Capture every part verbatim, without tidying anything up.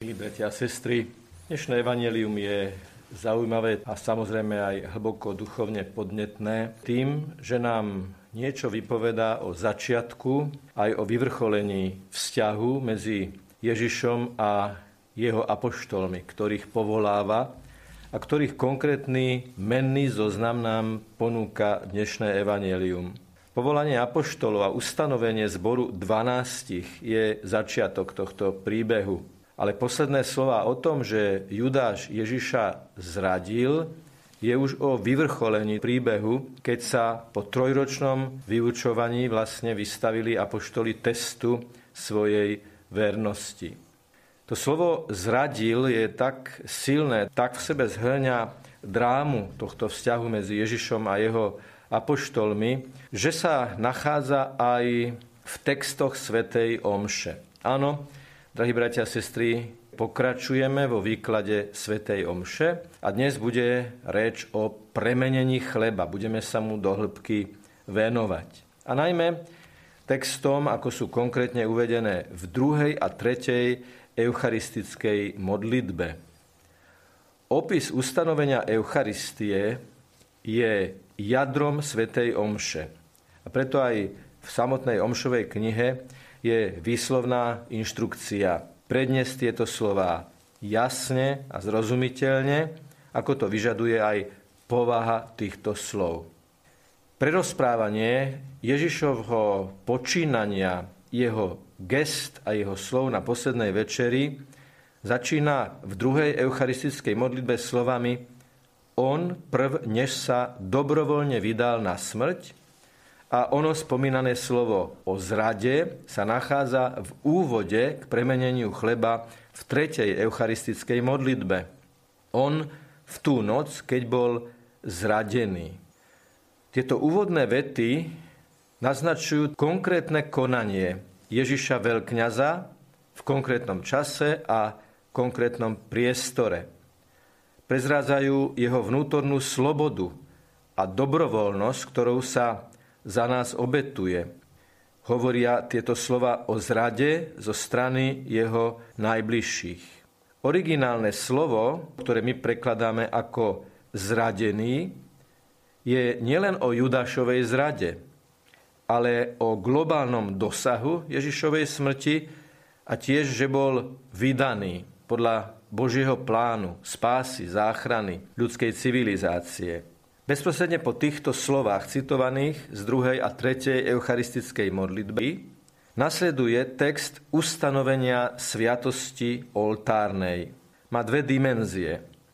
Milí bratia a sestry, dnešné evanjelium je zaujímavé a samozrejme aj hlboko duchovne podnetné tým, že nám niečo vypovedá o začiatku, aj o vyvrcholení vzťahu medzi Ježišom a jeho apoštolmi, ktorých povoláva a ktorých konkrétny menný zoznam nám ponúka dnešné evanjelium. Povolanie apoštolov a ustanovenie zboru dvanástich je začiatok tohto príbehu. Ale posledné slova o tom, že Judáš Ježiša zradil, je už o vyvrcholení príbehu, keď sa po trojročnom vyučovaní vlastne vystavili apoštoli testu svojej vernosti. To slovo zradil je tak silné, tak v sebe zhrňa drámu tohto vzťahu medzi Ježišom a jeho apoštolmi, že sa nachádza aj v textoch svätej omše. Áno, drahí bratia a sestry, pokračujeme vo výklade svätej omše a dnes bude reč o premenení chleba. Budeme sa mu do hĺbky venovať. A najmä textom, ako sú konkrétne uvedené v druhej a tretej eucharistickej modlitbe. Opis ustanovenia Eucharistie je jadrom svätej omše. A preto aj v samotnej omšovej knihe je výslovná inštrukcia predniesť tieto slová jasne a zrozumiteľne, ako to vyžaduje aj povaha týchto slov. Prerozprávanie Ježišovho počínania, jeho gest a jeho slov na poslednej večeri začína v druhej eucharistickej modlitbe slovami: On prv, než sa dobrovoľne vydal na smrť, a ono spomínané slovo o zrade sa nachádza v úvode k premeneniu chleba v tretej eucharistickej modlitbe. On v tú noc, keď bol zradený. Tieto úvodné vety naznačujú konkrétne konanie Ježiša veľkňaza v konkrétnom čase a konkrétnom priestore. Prezrádzajú jeho vnútornú slobodu a dobrovoľnosť, ktorou sa za nás obetuje. Hovoria tieto slova o zrade zo strany jeho najbližších. Originálne slovo, ktoré my prekladáme ako zradený, je nielen o Judášovej zrade, ale o globálnom dosahu Ježišovej smrti a tiež, že bol vydaný podľa Božieho plánu, spásy, záchrany ľudskej civilizácie. Bezprostredne po týchto slovách citovaných z druhej a tretej eucharistickej modlitby nasleduje text ustanovenia sviatosti oltárnej. Má dve dimenzie.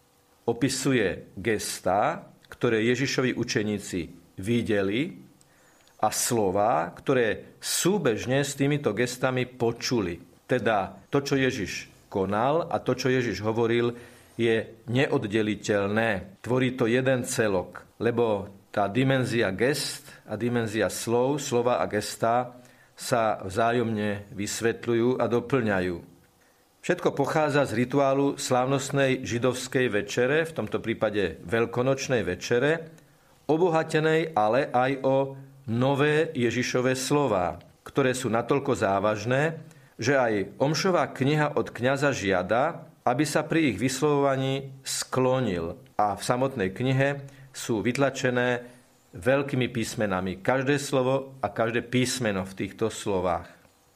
Opisuje gestá, ktoré Ježišovi učeníci videli, a slová, ktoré súbežne s týmito gestami počuli. Teda to, čo Ježiš konal a to, čo Ježiš hovoril, je neoddeliteľné. Tvorí to jeden celok, lebo tá dimenzia gest a dimenzia slov, slova a gestá sa vzájomne vysvetľujú a doplňajú. Všetko pochádza z rituálu slávnostnej židovskej večere, v tomto prípade veľkonočnej večere, obohatenej ale aj o nové Ježišové slová, ktoré sú natoľko závažné, že aj omšová kniha od kňaza žiada, aby sa pri ich vyslovovaní sklonil. A v samotnej knihe sú vytlačené veľkými písmenami každé slovo a každé písmeno v týchto slovách.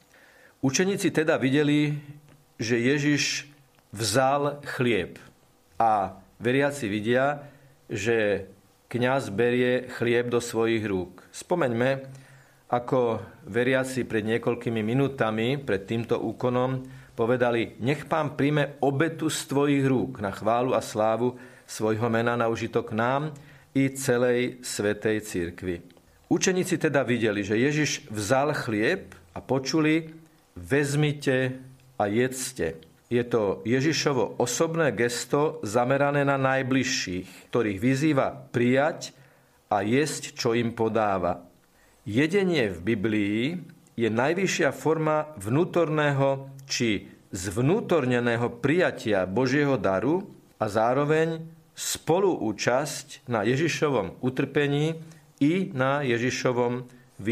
Učeníci teda videli, že Ježiš vzal chlieb. A veriaci vidia, že kňaz berie chlieb do svojich rúk. Spomeňme, ako veriaci pred niekoľkými minútami pred týmto úkonom povedali: nech Pán príjme obetu z tvojich rúk na chválu a slávu svojho mena na užitok nám i celej svätej cirkvi. Učeníci teda videli, že Ježiš vzal chlieb a počuli: vezmite a jedzte. Je to Ježišovo osobné gesto zamerané na najbližších, ktorých vyzýva prijať a jesť, čo im podáva. Jedenie v Biblii je najvyššia forma vnútorného či zvnútorneného prijatia Božieho daru a zároveň spoluúčasť na Ježišovom utrpení i na Ježišovom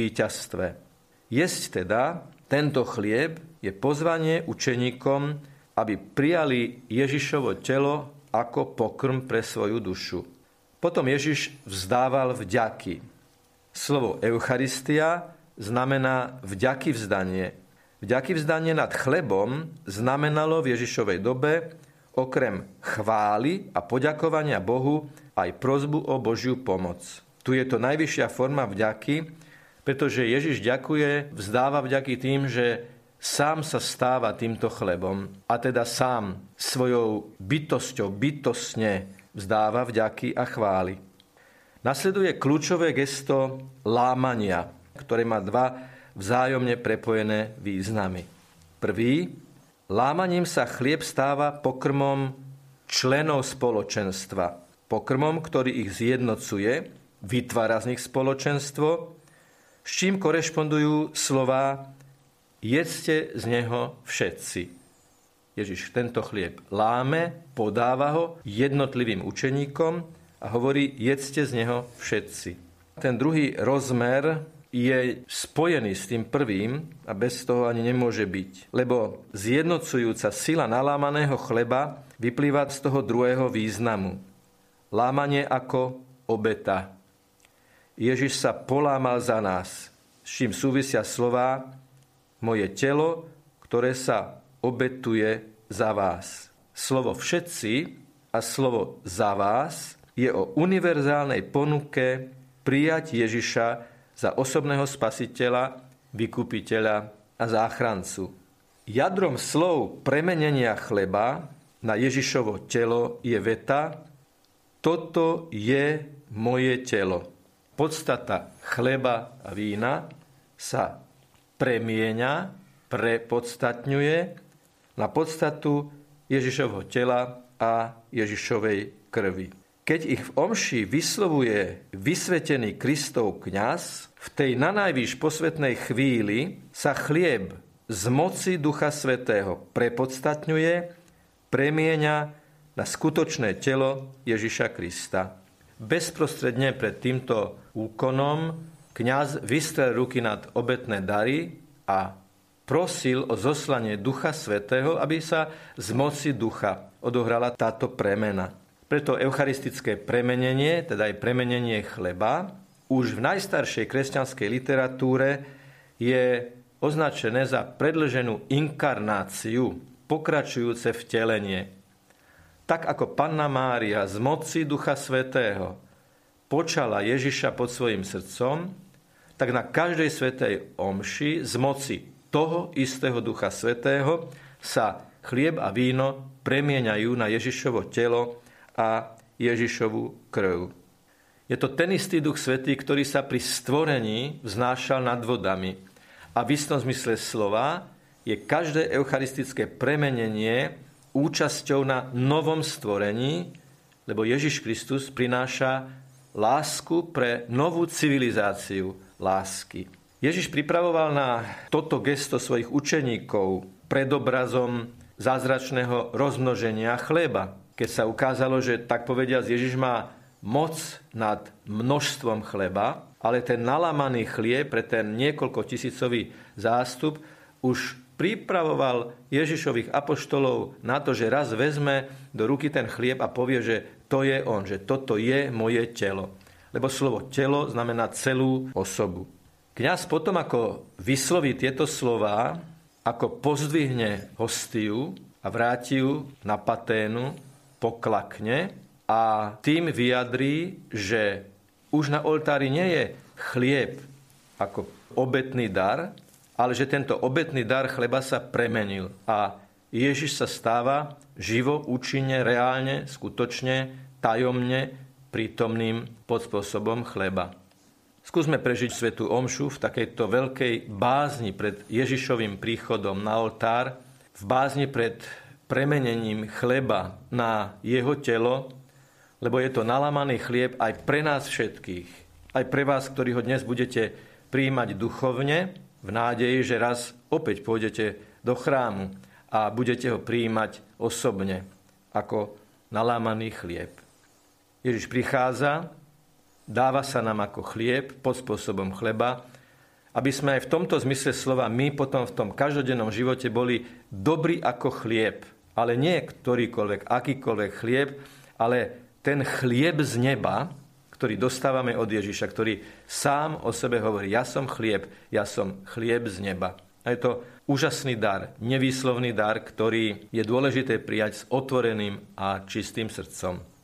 víťazstve. Jesť teda tento chlieb je pozvanie učeníkom, aby prijali Ježišovo telo ako pokrm pre svoju dušu. Potom Ježiš vzdával vďaky. Slovo Eucharistia znamená vďaky vzdanie. Vďaky vzdanie nad chlebom znamenalo v Ježišovej dobe okrem chvály a poďakovania Bohu aj prosbu o Božiu pomoc. Tu je to najvyššia forma vďaky, pretože Ježiš ďakuje, vzdáva vďaky tým, že sám sa stáva týmto chlebom a teda sám svojou bytosťou, bytostne vzdáva vďaky a chvály. Nasleduje kľúčové gesto lámania, ktoré má dva vzájomne prepojené významy. Prvý, lámaním sa chlieb stáva pokrmom členov spoločenstva. Pokrmom, ktorý ich zjednocuje, vytvára z nich spoločenstvo, s čím korešpondujú slová jedzte z neho všetci. Ježiš tento chlieb láme, podáva ho jednotlivým učeníkom a hovorí jedzte z neho všetci. Ten druhý rozmer je spojený s tým prvým a bez toho ani nemôže byť. Lebo zjednocujúca sila nalámaného chleba vyplýva z toho druhého významu. Lámanie ako obeta. Ježiš sa polámal za nás, s čím súvisia slová moje telo, ktoré sa obetuje za vás. Slovo všetci a slovo za vás je o univerzálnej ponuke prijať Ježiša za osobného spasiteľa, vykupiteľa a záchrancu. Jadrom slov premenenia chleba na Ježišovo telo je veta toto je moje telo. Podstata chleba a vína sa premieňa, prepodstatňuje na podstatu Ježišovho tela a Ježišovej krvi. Keď ich v omši vyslovuje vysvetený Kristov kňaz, v tej nanajvýš posvetnej chvíli sa chlieb z moci Ducha Svätého prepodstatňuje, premieňa na skutočné telo Ježiša Krista. Bezprostredne pred týmto úkonom kňaz vystrel ruky nad obetné dary a prosil o zoslanie Ducha Svätého, aby sa z moci Ducha odohrala táto premena. Preto eucharistické premenenie, teda aj premenenie chleba, už v najstaršej kresťanskej literatúre je označené za predĺženú inkarnáciu, pokračujúce vtelenie. Tak ako Panna Mária z moci Ducha Svätého počala Ježiša pod svojim srdcom, tak na každej svätej omši z moci toho istého Ducha Svätého sa chlieb a víno premieňajú na Ježišovo telo a Ježišovu krv. Je to ten istý Duch Svätý, ktorý sa pri stvorení vznášal nad vodami. A v istom zmysle slova je každé eucharistické premenenie účasťou na novom stvorení, lebo Ježiš Kristus prináša lásku pre novú civilizáciu lásky. Ježiš pripravoval na toto gesto svojich učeníkov pred obrazom zázračného rozmnoženia chleba. Keď sa ukázalo, že tak povediac Ježiš má moc nad množstvom chleba, ale ten nalamaný chlieb pre ten niekoľko tisícový zástup už pripravoval Ježišových apoštolov na to, že raz vezme do ruky ten chlieb a povie, že to je on, že toto je moje telo. Lebo slovo telo znamená celú osobu. Kňaz potom, ako vysloví tieto slová, ako pozdvihne hostiu a vráti ju na paténu, poklakne a tým vyjadrí, že už na oltári nie je chlieb ako obetný dar, ale že tento obetný dar chleba sa premenil a Ježiš sa stáva živo, účinne, reálne, skutočne, tajomne prítomným pod spôsobom chleba. Skúsme prežiť svätú omšu v takejto veľkej bázni pred Ježišovým príchodom na oltár, v bázni pred premenením chleba na jeho telo, lebo je to nalamaný chlieb aj pre nás všetkých, aj pre vás, ktorí ho dnes budete prijímať duchovne, v nádeji, že raz opäť pôjdete do chrámu a budete ho prijímať osobne ako nalámaný chlieb. Ježiš prichádza, dáva sa nám ako chlieb pod spôsobom chleba, aby sme aj v tomto zmysle slova my potom v tom každodennom živote boli dobrí ako chlieb, ale nie ktorýkoľvek, akýkoľvek chlieb, ale ten chlieb z neba, ktorý dostávame od Ježiša, ktorý sám o sebe hovorí, ja som chlieb, ja som chlieb z neba. A je to úžasný dar, nevýslovný dar, ktorý je dôležité prijať s otvoreným a čistým srdcom.